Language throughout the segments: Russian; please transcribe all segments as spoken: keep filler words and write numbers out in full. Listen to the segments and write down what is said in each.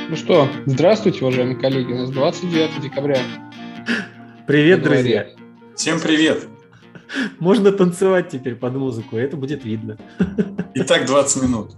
Ну что, здравствуйте, уважаемые коллеги. У нас двадцать девятое декабря. Привет, друзья. Всем привет. Можно танцевать теперь под музыку, это будет видно. Итак, двадцать минут.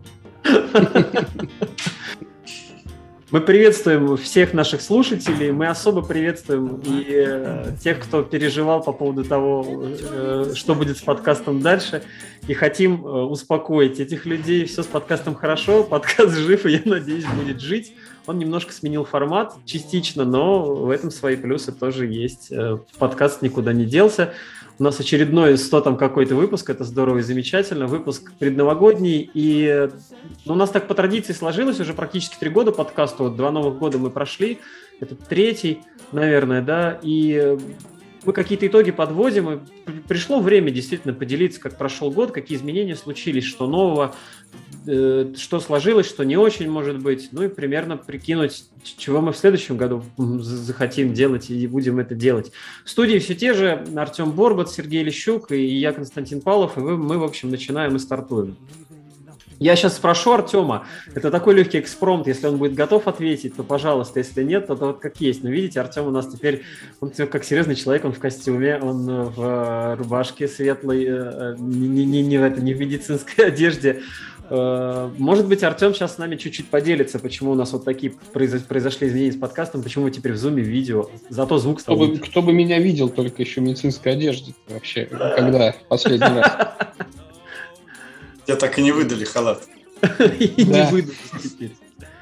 Мы приветствуем всех наших слушателей, мы особо приветствуем и э, тех, кто переживал по поводу того, э, что будет с подкастом дальше, и хотим э, успокоить этих людей. Все с подкастом хорошо, подкаст жив, и я надеюсь, будет жить. Он немножко сменил формат, частично, но в этом свои плюсы тоже есть. Э, подкаст никуда не делся. У нас очередной сто там какой-то выпуск, это здорово и замечательно, выпуск предновогодний, и ну, у нас так по традиции сложилось, уже практически три года подкасту, вот два новых года мы прошли, это третий, наверное, да, и мы какие-то итоги подводим, и пришло время действительно поделиться, как прошел год, какие изменения случились, что нового, э, что сложилось, что не очень может быть, ну и примерно прикинуть, чего мы в следующем году захотим делать и будем это делать. В студии все те же: Артем Борбат, Сергей Лещук и я, Константин Павлов, и мы, в общем, начинаем и стартуем. Я сейчас спрошу Артема, это такой легкий экспромт, если он будет готов ответить, то пожалуйста, если нет, то, то вот как есть. Но видите, Артем у нас теперь, он как серьезный человек, он в костюме, он в рубашке светлой, не, не, не, в, это, не в медицинской одежде. Может быть, Артем сейчас с нами чуть-чуть поделится, почему у нас вот такие произошли изменения с подкастом, почему мы теперь в зуме, в видео, зато звук стал. Кто бы, кто бы меня видел только еще в медицинской одежде вообще, когда последний раз. Тебя так и не выдали халат. И не выдали теперь.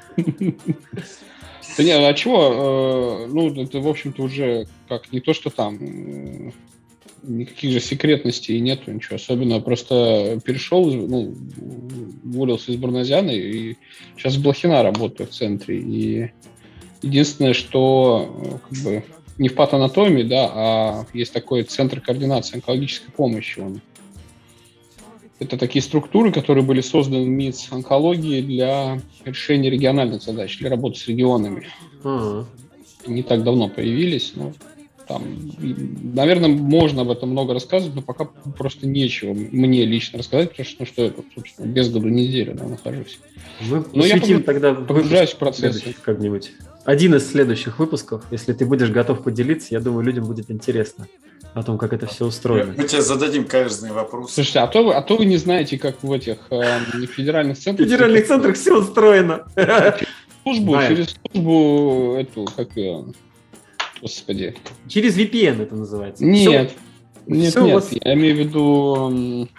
Да не, а чего? Ну, это, в общем-то, уже как не то, что там никаких же секретностей нету, ничего особенного. Просто перешел, ну, уволился из Барназяна и сейчас в Блохина работаю в центре. И единственное, что как бы не в патанатомии, да, а есть такой центр координации онкологической помощи. Он Это такие структуры, которые были созданы в МИЦ онкологии для решения региональных задач, для работы с регионами. Uh-huh. Не так давно появились. Но там, наверное, можно об этом много рассказывать, но пока просто нечего мне лично рассказать, потому что, ну, что я тут, собственно, без году неделю, да, нахожусь. Мы но я погруж... тогда погружаюсь в процесс. Как-нибудь. Один из следующих выпусков, если ты будешь готов поделиться, я думаю, людям будет интересно о том, как это все устроено. Мы тебе зададим каверзные вопросы. Слушайте, а то вы, а то вы не знаете, как в этих э, федеральных центрах... В федеральных центрах все устроено. Службу, через службу эту, как ее... Господи. Через ви пи эн это называется. Нет, все, нет, все нет, вас... я имею в виду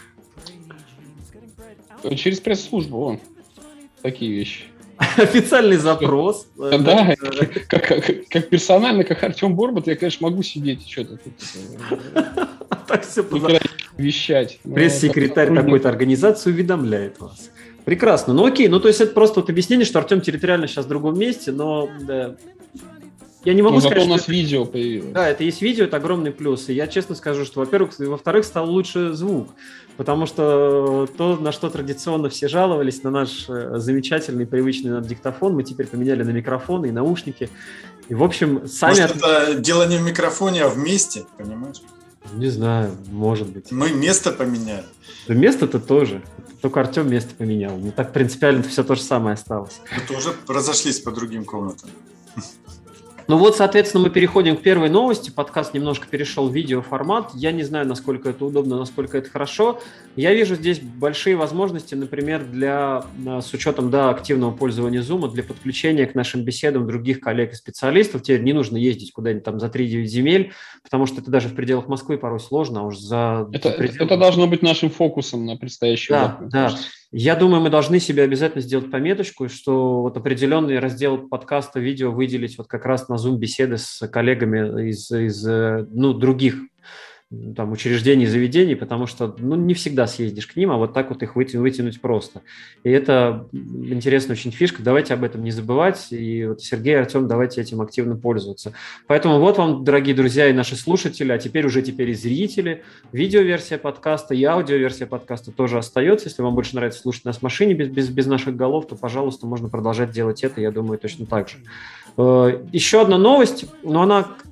через пресс-службу, вон, такие вещи. Официальный запрос. Да, как, как, как персонально, как Артем Борбат, я, конечно, могу сидеть и что-то тут так все вещать. Пресс-секретарь такой-то организации уведомляет вас. Прекрасно. Ну окей, ну то есть это просто вот объяснение, что Артем территориально сейчас в другом месте, но да, я не могу ну, сказать, зато у нас что видео это... появилось. Да, это есть видео, это огромный плюс. И я честно скажу, что, во-первых, во-вторых, стал лучше звук. Потому что то, на что традиционно все жаловались, на наш замечательный, привычный нам диктофон, мы теперь поменяли на микрофоны и наушники. И, в общем, сами... Может, это дело не в микрофоне, а в месте, понимаешь? Не знаю, может быть. Мы место поменяли. Да место-то тоже. Только Артем место поменял. Ну так принципиально все то же самое осталось. Мы тоже разошлись по другим комнатам. Ну вот, соответственно, мы переходим к первой новости. Подкаст немножко перешел в видеоформат. Я не знаю, насколько это удобно, насколько это хорошо. Я вижу здесь большие возможности, например, для, с учетом да, активного пользования Zoom, для подключения к нашим беседам других коллег и специалистов. Тебе не нужно ездить куда-нибудь там за три-девять земель, потому что это даже в пределах Москвы порой сложно, а уж за... Это, это должно быть нашим фокусом на предстоящий да, год. Да, да. Я думаю, мы должны себе обязательно сделать пометочку, что вот определенный раздел подкаста, видео выделить вот как раз на Zoom-беседы с коллегами из, из ну, других там, учреждений, заведений, потому что ну, не всегда съездишь к ним, а вот так вот их вытянуть, вытянуть просто. И это интересная очень фишка, давайте об этом не забывать, и вот Сергей и Артем, давайте этим активно пользоваться. Поэтому вот вам, дорогие друзья и наши слушатели, а теперь уже теперь и зрители, видеоверсия подкаста и аудиоверсия подкаста тоже остается. Если вам больше нравится слушать нас в машине без, без, без наших голов, то, пожалуйста, можно продолжать делать это, я думаю, точно так же. Еще одна новость, но она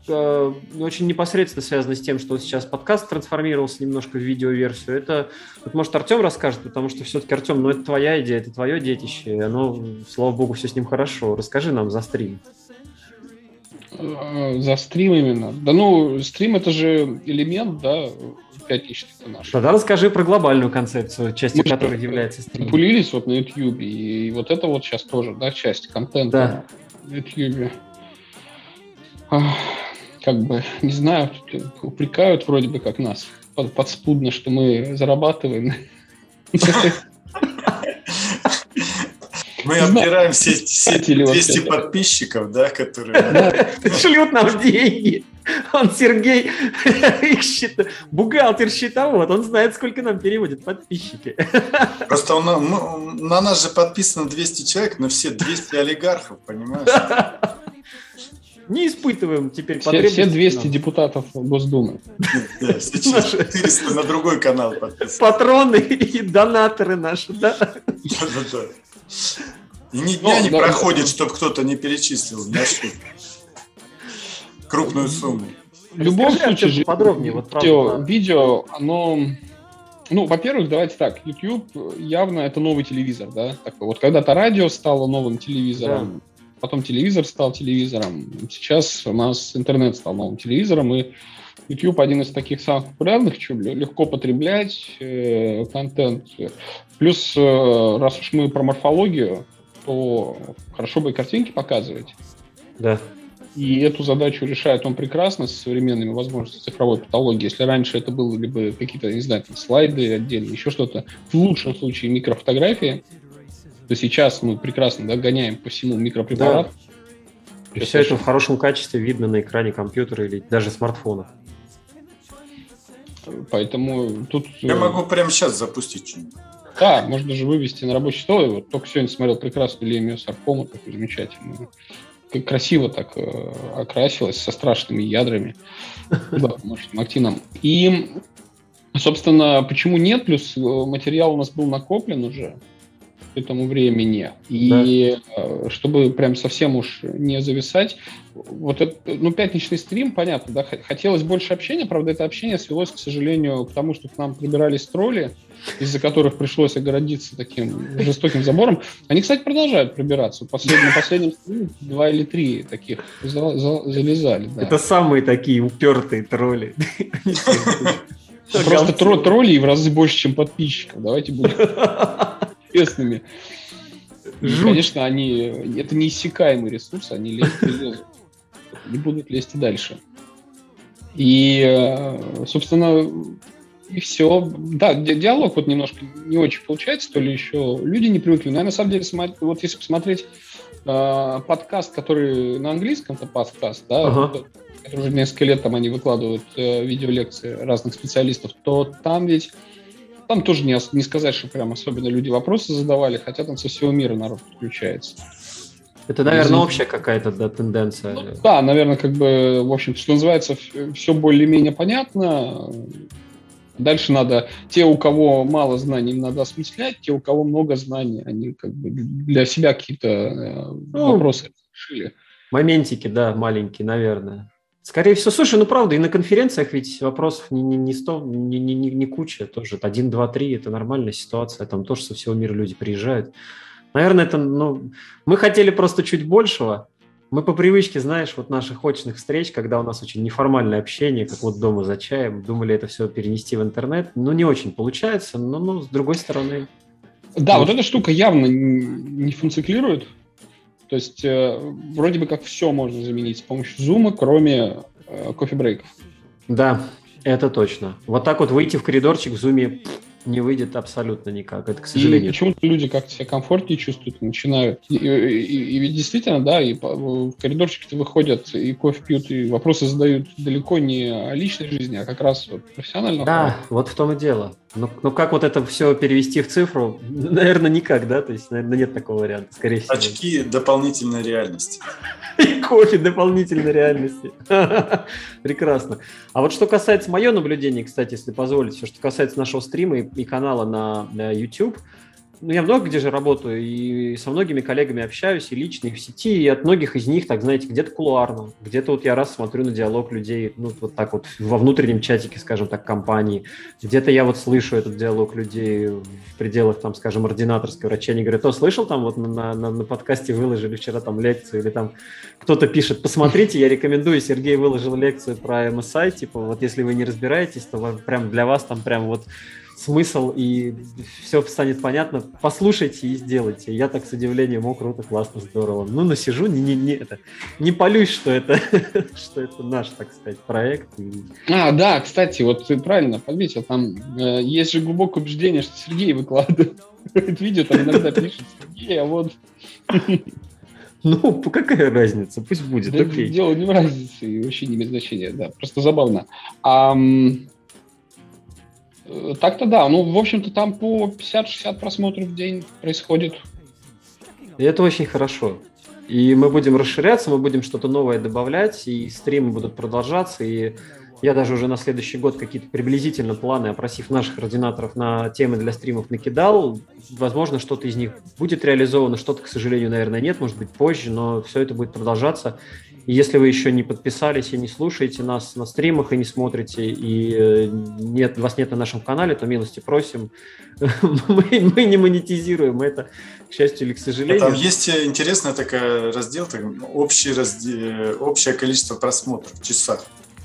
э, очень непосредственно связано с тем, что вот сейчас подкаст трансформировался немножко в видеоверсию. Это, вот, может, Артем расскажет, потому что все-таки, Артем, ну это твоя идея, это твое детище, и оно, слава богу, все с ним хорошо. Расскажи нам за стрим. За стрим именно. Да ну, стрим это же элемент, да, пятничный наш. Тогда расскажи про глобальную концепцию, частью Мы которой является стрим. Пулились вот на YouTube, и вот это вот сейчас тоже, да, часть контента да. на YouTube. Как бы, не знаю, упрекают вроде бы как нас подспудно, что мы зарабатываем. Мы обдираем все, все двести подписчиков, да, которые... Шлют нам деньги. Он, Сергей, их считает, бухгалтер счетовод, он знает, сколько нам переводят подписчики. Просто он, ну, на нас же подписано двести человек, но все двести олигархов, понимаешь? Не испытываем теперь все, потребности. Все двести депутатов Госдумы. Да, все четыреста на другой канал подписаны. Патроны и донаторы наши, да? Да-да-да. И ни дня не проходит, чтобы кто-то не перечислил на счет крупную сумму. В любом случае же подробнее, вот видео, видео, оно... Ну, во-первых, давайте так, YouTube явно это новый телевизор, да? Такой. Вот когда-то радио стало новым телевизором, да. Потом телевизор стал телевизором, сейчас у нас интернет стал новым телевизором, и YouTube один из таких самых популярных, что легко потреблять э, контент. Плюс, э, раз уж мы про морфологию, то хорошо бы и картинки показывать. Да. И эту задачу решает он прекрасно со современными возможностями цифровой патологии. Если раньше это были либо какие-то, не знаю, там, слайды отдельные, еще что-то, в лучшем случае микрофотографии, то сейчас мы прекрасно догоняем по всему микропрепарат. Да. И все это в хорошем качестве видно на экране компьютера или даже смартфона. Поэтому тут... Я могу прямо сейчас запустить что-нибудь. Да, можно же вывести на рабочий стол. Я вот только сегодня смотрел прекрасную линию саркома, такую замечательную. Как красиво так э, окрасилась, со страшными ядрами, мощным актином. И, собственно, почему нет? Плюс материал у нас был накоплен уже к этому времени. И да. Чтобы прям совсем уж не зависать, вот это, ну, пятничный стрим, понятно, да, хотелось больше общения, правда, это общение свелось, к сожалению, к тому, что к нам прибирались тролли, из-за которых пришлось огородиться таким жестоким забором. Они, кстати, продолжают пробираться. Послед... На последнем стриме два или три таких за... За... залезали. Да. Это самые такие упертые тролли. Просто троллей в разы больше, чем подписчиков. Давайте будем честными. Конечно, они... это неиссякаемый ресурс, они лезут и лезут. Не будут лезть и дальше. И, собственно, и все. Да, диалог вот немножко не очень получается, то ли еще люди не привыкли. Но я на самом деле, вот если посмотреть э, подкаст, который на английском, это подкаст, да, ага. который уже несколько лет там они выкладывают э, видеолекции разных специалистов, то там ведь там тоже не, не сказать, что прям особенно люди вопросы задавали, хотя там со всего мира народ подключается. Это, наверное, общая какая-то да, тенденция. Ну, да, наверное, как бы, в общем, что называется, все более-менее понятно. Дальше надо, те, у кого мало знаний, им надо осмыслять, те, у кого много знаний, они как бы для себя какие-то ну, вопросы решили. Моментики, да, маленькие, наверное. Скорее всего, слушай, ну правда, и на конференциях ведь вопросов не, не, не, сто, не, не, не, не куча, тоже один, два, три, это нормальная ситуация, там тоже со всего мира люди приезжают. Наверное, это, ну, мы хотели просто чуть большего. Мы по привычке, знаешь, вот наших очных встреч, когда у нас очень неформальное общение, как вот дома за чаем, думали это все перенести в интернет. Ну, не очень получается, но, ну, с другой стороны... Да, вот эта штука явно не функционирует. То есть, э, вроде бы как все можно заменить с помощью Zoom, кроме э, кофе-брейков. Да, это точно. Вот так вот выйти в коридорчик в Zoom не выйдет абсолютно никак, это, к сожалению. И почему-то люди как-то себя комфортнее чувствуют, начинают. И, и, и, и ведь действительно, да, и в коридорчики-то выходят, и кофе пьют, и вопросы задают далеко не о личной жизни, а как раз вот профессионально. Да, правда. Вот в том и дело. Ну, ну, как вот это все перевести в цифру? Наверное, никак, да? То есть, наверное, нет такого варианта, скорее всего. Очки дополнительной реальности. И кофе дополнительной реальности. Прекрасно. А вот что касается моего наблюдения, кстати, если позволите, все, что касается нашего стрима и, и канала на, на YouTube, ну, я много где же работаю, и со многими коллегами общаюсь, и лично, и в сети, и от многих из них, так, знаете, где-то кулуарно, где-то вот я раз смотрю на диалог людей, ну, вот так вот во внутреннем чатике, скажем так, компании, где-то я вот слышу этот диалог людей в пределах, там, скажем, ординаторской врачи, они говорят, о, слышал, там вот на, на, на подкасте выложили вчера там лекцию, или там кто-то пишет, посмотрите, я рекомендую, Сергей выложил лекцию про эм эс ай, типа, вот если вы не разбираетесь, то прям для вас там прям вот смысл, и все станет понятно. Послушайте и сделайте. Я так с удивлением, о, круто, классно, здорово. Ну, насижу, не, не, не, это, не полюсь, что это, что это наш, так сказать, проект. А, да, кстати, вот ты правильно подметил, там э, есть же глубокое убеждение, что Сергей выкладывает видео, там иногда пишет Сергей, а вот... Ну, какая разница, пусть будет, да, окей. Дело не в разнице, и вообще не имеет значения, да, просто забавно. А, так-то да, ну, в общем-то, там по пятьдесят-шестьдесят просмотров в день происходит. И это очень хорошо. И мы будем расширяться, мы будем что-то новое добавлять, и стримы будут продолжаться, и я даже уже на следующий год какие-то приблизительно планы, опросив наших ординаторов на темы для стримов, накидал. Возможно, что-то из них будет реализовано, что-то, к сожалению, наверное, нет, может быть, позже, но все это будет продолжаться. И если вы еще не подписались и не слушаете нас на стримах и не смотрите, и нет, вас нет на нашем канале, то милости просим. мы, мы не монетизируем это, к счастью или к сожалению. Там есть интересный такой раздел, так, общий раздел, общее количество просмотров в часах.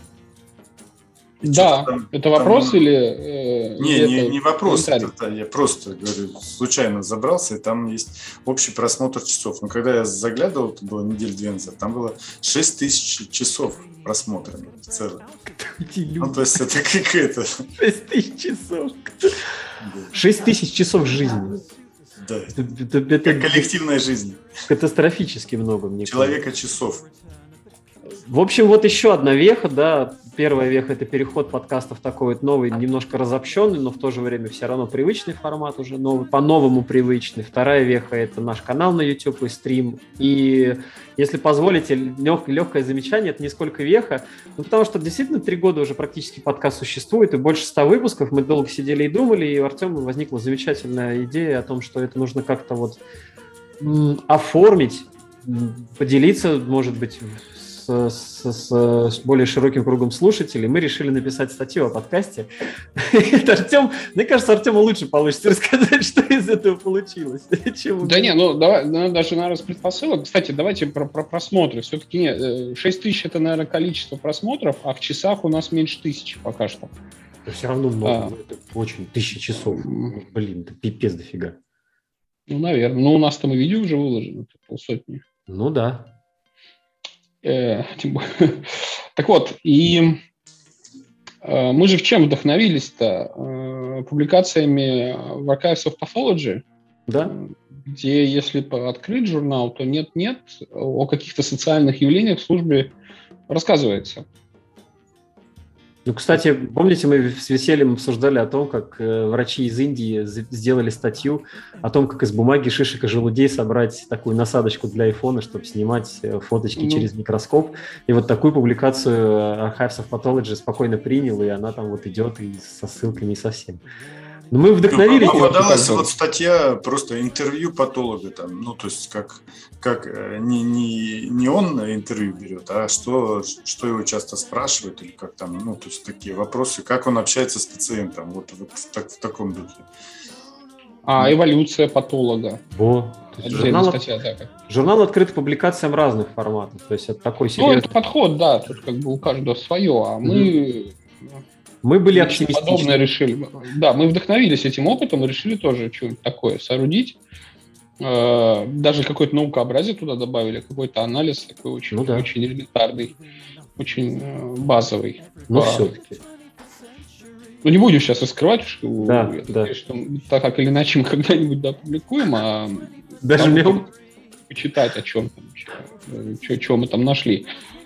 Да, там, это вопрос там... или... Э, не, или не, это не вопрос, это, я просто говорю, случайно забрался, и там есть общий просмотр часов. Но когда я заглядывал, это было неделю две назад, там было шесть тысяч часов просмотрено в целом. Ну, то есть это какая-то... шесть тысяч часов. шесть тысяч часов жизни. Да, это, это, это как коллективная жизнь. Катастрофически много, мне Человека кажется. часов. В общем, вот еще одна веха, да. Первая веха – это переход подкастов такой вот новый, немножко разобщенный, но в то же время все равно привычный формат уже, новый, по-новому привычный. Вторая веха – это наш канал на YouTube и стрим. И, если позволите, лег, легкое замечание – это не сколько веха, ну, потому что действительно три года уже практически подкаст существует, и больше ста выпусков. Мы долго сидели и думали, и у Артема возникла замечательная идея о том, что это нужно как-то вот м- оформить, м- поделиться, может быть, С, с, с более широким кругом слушателей, мы решили написать статью о подкасте. Это Артем, мне кажется, Артему лучше получится рассказать, что из этого получилось. Да не, ну давай, ну, даже, наверное, с предпосылок. Кстати, давайте про, про просмотры. Все-таки нет, шесть тысяч это, наверное, количество просмотров, а в часах у нас меньше тысячи пока что. Это все равно много, а. Это очень тысяча часов. Блин, это пипец дофига. Ну, наверное. Ну, у нас там и видео уже выложено, полсотни. Ну да. Э, тем более. Так вот, и э, мы же в чем вдохновились-то? Э, публикациями в Archives of Pathology, да? Где, если открыть журнал, то нет-нет, о каких-то социальных явлениях в службе рассказывается. Ну, кстати, помните, мы с весельем обсуждали о том, как э, врачи из Индии сделали статью о том, как из бумаги шишек и желудей собрать такую насадочку для айфона, чтобы снимать фоточки ну. через микроскоп. И вот такую публикацию Archives of Pathology спокойно принял, и она там вот идет и со ссылками и со всем. Но мы вдохновились. Ну, попадалась вот статья, просто интервью патолога там, ну, то есть как, как не, не, не он интервью берет, а что, что его часто спрашивают, или как там, ну, то есть такие вопросы, как он общается с пациентом, вот, вот в, так, в таком духе. А, эволюция патолога. Во. Журнал, статья, да, как... журнал открыт публикациям разных форматов, то есть это такой серьезный... Ну, это подход, да, тут как бы у каждого свое, а мы... Mm-hmm. Мы были оптимистичны. Подобное решили. Да, мы вдохновились этим опытом и решили тоже что-нибудь такое соорудить. Даже какое-то наукообразие туда добавили, какой-то анализ такой очень, ну, да. очень элементарный, очень базовый. Ну, все-таки. Ну, не будем сейчас раскрывать, что, да, это, да. Конечно, так как или иначе мы когда-нибудь опубликуем, а даже мел... почитать, о чем там, что, что мы там нашли.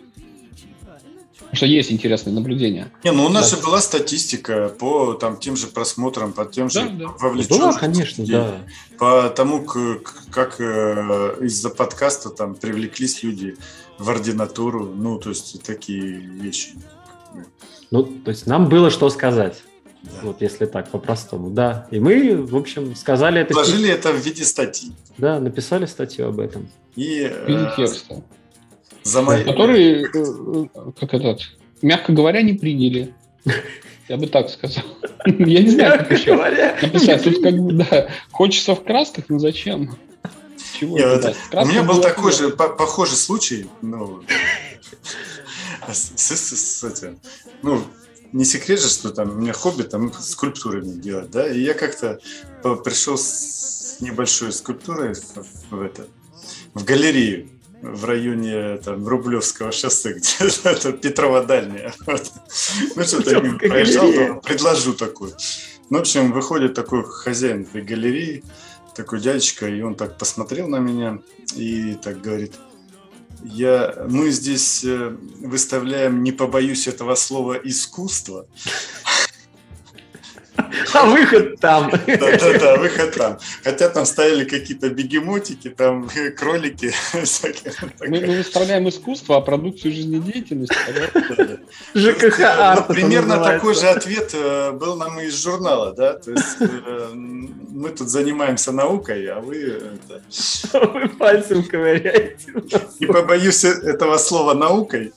Потому что есть интересные наблюдения. Не, ну у нас да. же была статистика по там, тем же просмотрам, по тем же да, да. вовлеченным. Да, конечно, людей, да. По тому, как, как э, из-за подкаста там привлеклись люди в ординатуру. Ну, то есть такие вещи. Ну, то есть нам было что сказать. Да. Вот если так, по-простому, да. И мы, в общем, сказали это... Вложили это в виде статьи. Да, написали статью об этом. И, В виде э, текста. за мои... Который, э, как этот, мягко говоря, не приняли. Я бы так сказал. Я не знаю, как еще написать. Тут как бы, да, хочется в красках, но зачем? Чего Нет, это это- даст? у меня был было такой ответ. же, по- похожий случай, ну, с, с- с- с этим, ну, не секрет же, что там у меня хобби там скульптурами делать, да, и я как-то по- пришел с небольшой скульптурой в, в это, в галерею в районе там Рублевского шоссе, где это Петрова дальняя. Вот. Ну что-то я мимо проезжал, думаю, предложу такой. Ну, в общем, выходит такой хозяин этой галереи, такой дядечка, и он так посмотрел на меня и так говорит: я, мы здесь э, выставляем, не побоюсь этого слова, искусство. А выход там. Да-да-да, выход там. Хотя там стояли какие-то бегемотики, там кролики. всякие. Мы, мы выставляем искусство, а продукцию жизнедеятельности. понятно? ЖКХ арт. Ну, примерно такой же ответ э, был нам и из журнала, да, то есть э, мы тут занимаемся наукой, а вы это, Вы пальцем ковыряете. не побоюсь этого слова наукой.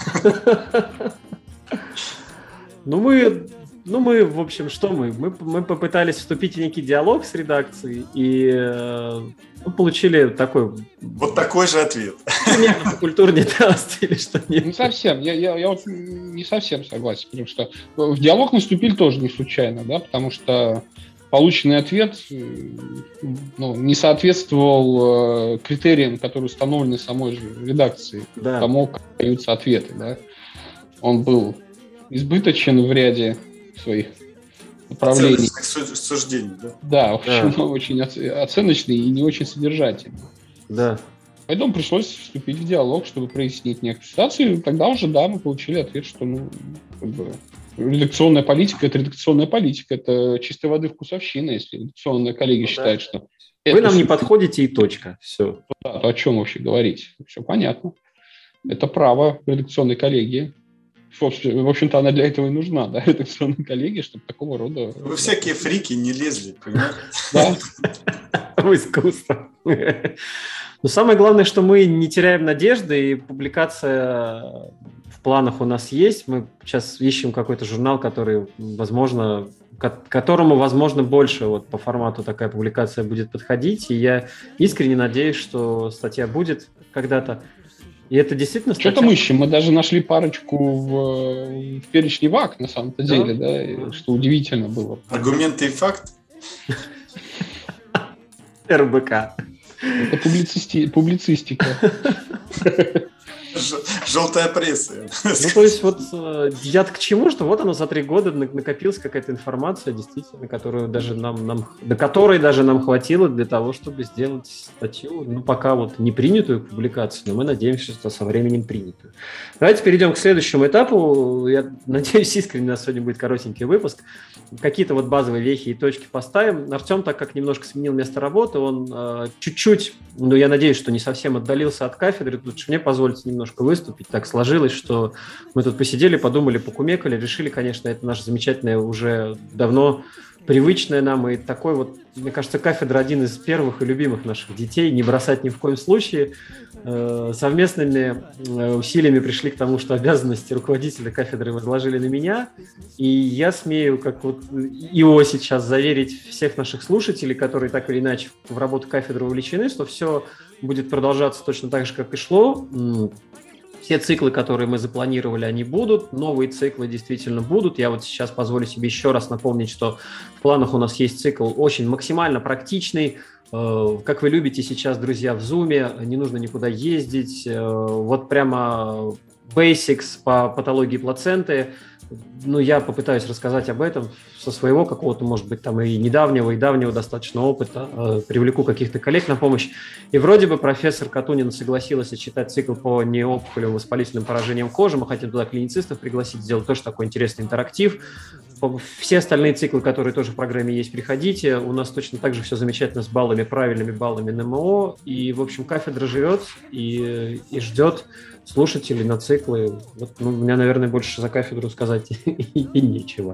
Ну, мы, ну, мы, в общем, что мы? Мы, мы попытались вступить в некий диалог с редакцией и э, ну, получили такой... Вот такой же ответ. Примерно по культурнее или что Не нет. совсем. Я, я, я вот не совсем согласен, потому что в диалог мы вступили тоже не случайно, да, потому что полученный ответ э, ну, не соответствовал э, критериям, которые установлены самой же редакцией, Да. тому, как даются ответы, да. Он был избыточен в ряде своих направлений. Оценочных су- суждений, да. Да, в общем, Да. очень оце- оценочный и не очень содержательный. Да. Поэтому пришлось вступить в диалог, чтобы прояснить некоторую ситуацию. И тогда уже, да, мы получили ответ, что ну, как бы, редакционная политика – это редакционная политика, это чистой воды вкусовщина, если редакционные коллеги Ну, считают, что… Вы это нам не суть, подходите и точка. Все. да, то о чем вообще говорить? Все понятно. Это право редакционной коллегии. Собственно, в общем-то, она для этого и нужна, да, редакционной коллегии, чтобы такого рода… Вы всякие фрики не лезли, понимаете? Да, В искусство. Но самое главное, что мы не теряем надежды, и публикация в планах у нас есть. Мы сейчас ищем какой-то журнал, который, возможно, ко- которому, возможно, больше вот по формату такая публикация будет подходить. И я искренне надеюсь, что статья будет когда-то. И это действительно что-то статья... мы ищем. Мы даже нашли парочку в, в перечне ВАК, на самом-то Да. деле, да, и что удивительно было. Аргументы и факт. РБК. Это публицисти- публицистика. Ж- Желтая пресса. Ну, то есть, вот э, я к чему, что вот оно за три года на- накопилась какая-то информация, действительно, которую даже нам, нам, до которой даже нам хватило для того, чтобы сделать статью, ну, пока вот не принятую публикацию, но мы надеемся, что со временем принятую. Давайте перейдем к следующему этапу. Я надеюсь, искренне у нас сегодня будет коротенький выпуск. Какие-то вот базовые вехи и точки поставим. Артем, так как немножко сменил место работы, он э, чуть-чуть, ну, я надеюсь, что не совсем отдалился от кафедры. Тут мне позвольте немножко выступить. Так сложилось, что мы тут посидели, подумали, покумекали, решили, конечно, это наше замечательное, уже давно привычное нам, и такой вот, мне кажется, кафедра один из первых и любимых наших детей, не бросать ни в коем случае. Э, совместными э, усилиями пришли к тому, что обязанности руководителя кафедры возложили на меня, и я смею, как вот ИО сейчас, заверить всех наших слушателей, которые так или иначе в работу кафедры увлечены, что все будет продолжаться точно так же, как и шло. Все циклы, которые мы запланировали, они будут. Новые циклы действительно будут. Я вот сейчас позволю себе еще раз напомнить, что в планах у нас есть цикл очень максимально практичный. Как вы любите сейчас, друзья, в Zoom, не нужно никуда ездить. Вот прямо basics по патологии плаценты. Ну, я попытаюсь рассказать об этом со своего какого-то, может быть, там и недавнего, и давнего достаточно опыта. Э, привлеку каких-то коллег на помощь. И вроде бы профессор Катунина согласилась отчитать цикл по неопухолевым воспалительным поражениям кожи. Мы хотим туда клиницистов пригласить, сделать тоже такой интересный интерактив. Все остальные циклы, которые тоже в программе есть, приходите. У нас точно так же все замечательно с баллами, правильными баллами на МО. И, в общем, кафедра живет и, и ждет слушателей на циклы. Вот, ну, у меня, наверное, больше за кафедру сказать и, и нечего.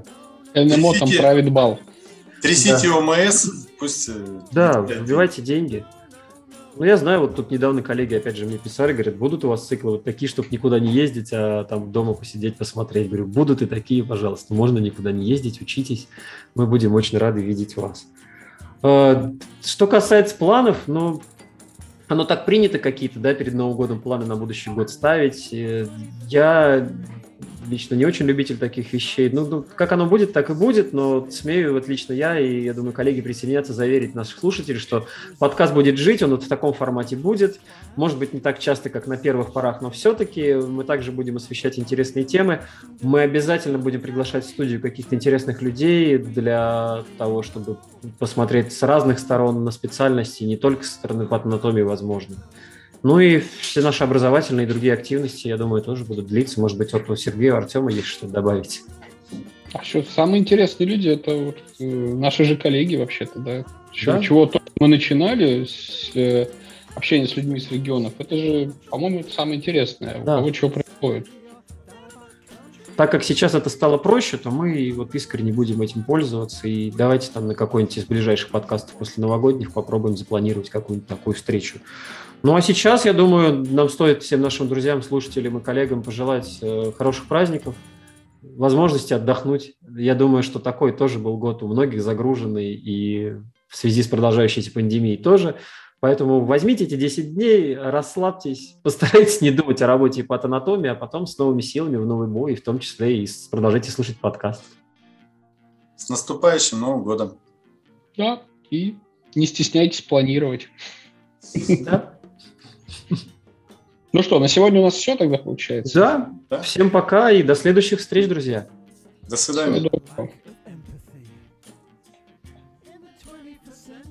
эн эм о там правит бал. Трясите да. ОМС, пусть... Да, вбивайте деньги. Ну, я знаю, вот тут недавно коллеги, опять же, мне писали, говорят, будут у вас циклы вот такие, чтобы никуда не ездить, а там дома посидеть, посмотреть. Говорю, будут и такие, пожалуйста. Можно никуда не ездить, учитесь. Мы будем очень рады видеть вас. Что касается планов, ну, оно так принято какие-то, да, перед Новым годом планы на будущий год ставить. Я лично не очень любитель таких вещей. Ну, ну, как оно будет, так и будет, но смею, вот лично я, и, я думаю, коллеги присоединятся, заверить наших слушателей, что подкаст будет жить, он вот в таком формате будет. Может быть, не так часто, как на первых порах, но все-таки мы также будем освещать интересные темы. Мы обязательно будем приглашать в студию каких-то интересных людей для того, чтобы посмотреть с разных сторон на специальности, не только со стороны патанатомии, возможно. Ну и все наши образовательные и другие активности, я думаю, тоже будут длиться. Может быть, вот у Сергея, у Артема есть что добавить. А что, самые интересные люди – это вот, э, наши же коллеги вообще-то, да? Чего, да? чего только мы начинали с э, общения с людьми из регионов, это же, по-моему, это самое интересное, да. У кого чего происходит. Так как сейчас это стало проще, то мы вот искренне будем этим пользоваться. И давайте там на какой-нибудь из ближайших подкастов после новогодних попробуем запланировать какую-нибудь такую встречу. Ну а сейчас, я думаю, нам стоит всем нашим друзьям, слушателям и коллегам пожелать э, хороших праздников, возможности отдохнуть. Я думаю, что такой тоже был год у многих загруженный и в связи с продолжающейся пандемией тоже. Поэтому возьмите эти десять дней, расслабьтесь, постарайтесь не думать о работе и патанатомии, а потом с новыми силами в новый бой, в том числе и продолжайте слушать подкаст. С наступающим Новым годом! Да, и не стесняйтесь планировать. Да. Ну что, на сегодня у нас все тогда получается? Да. да. Всем пока и до следующих встреч, друзья. До свидания.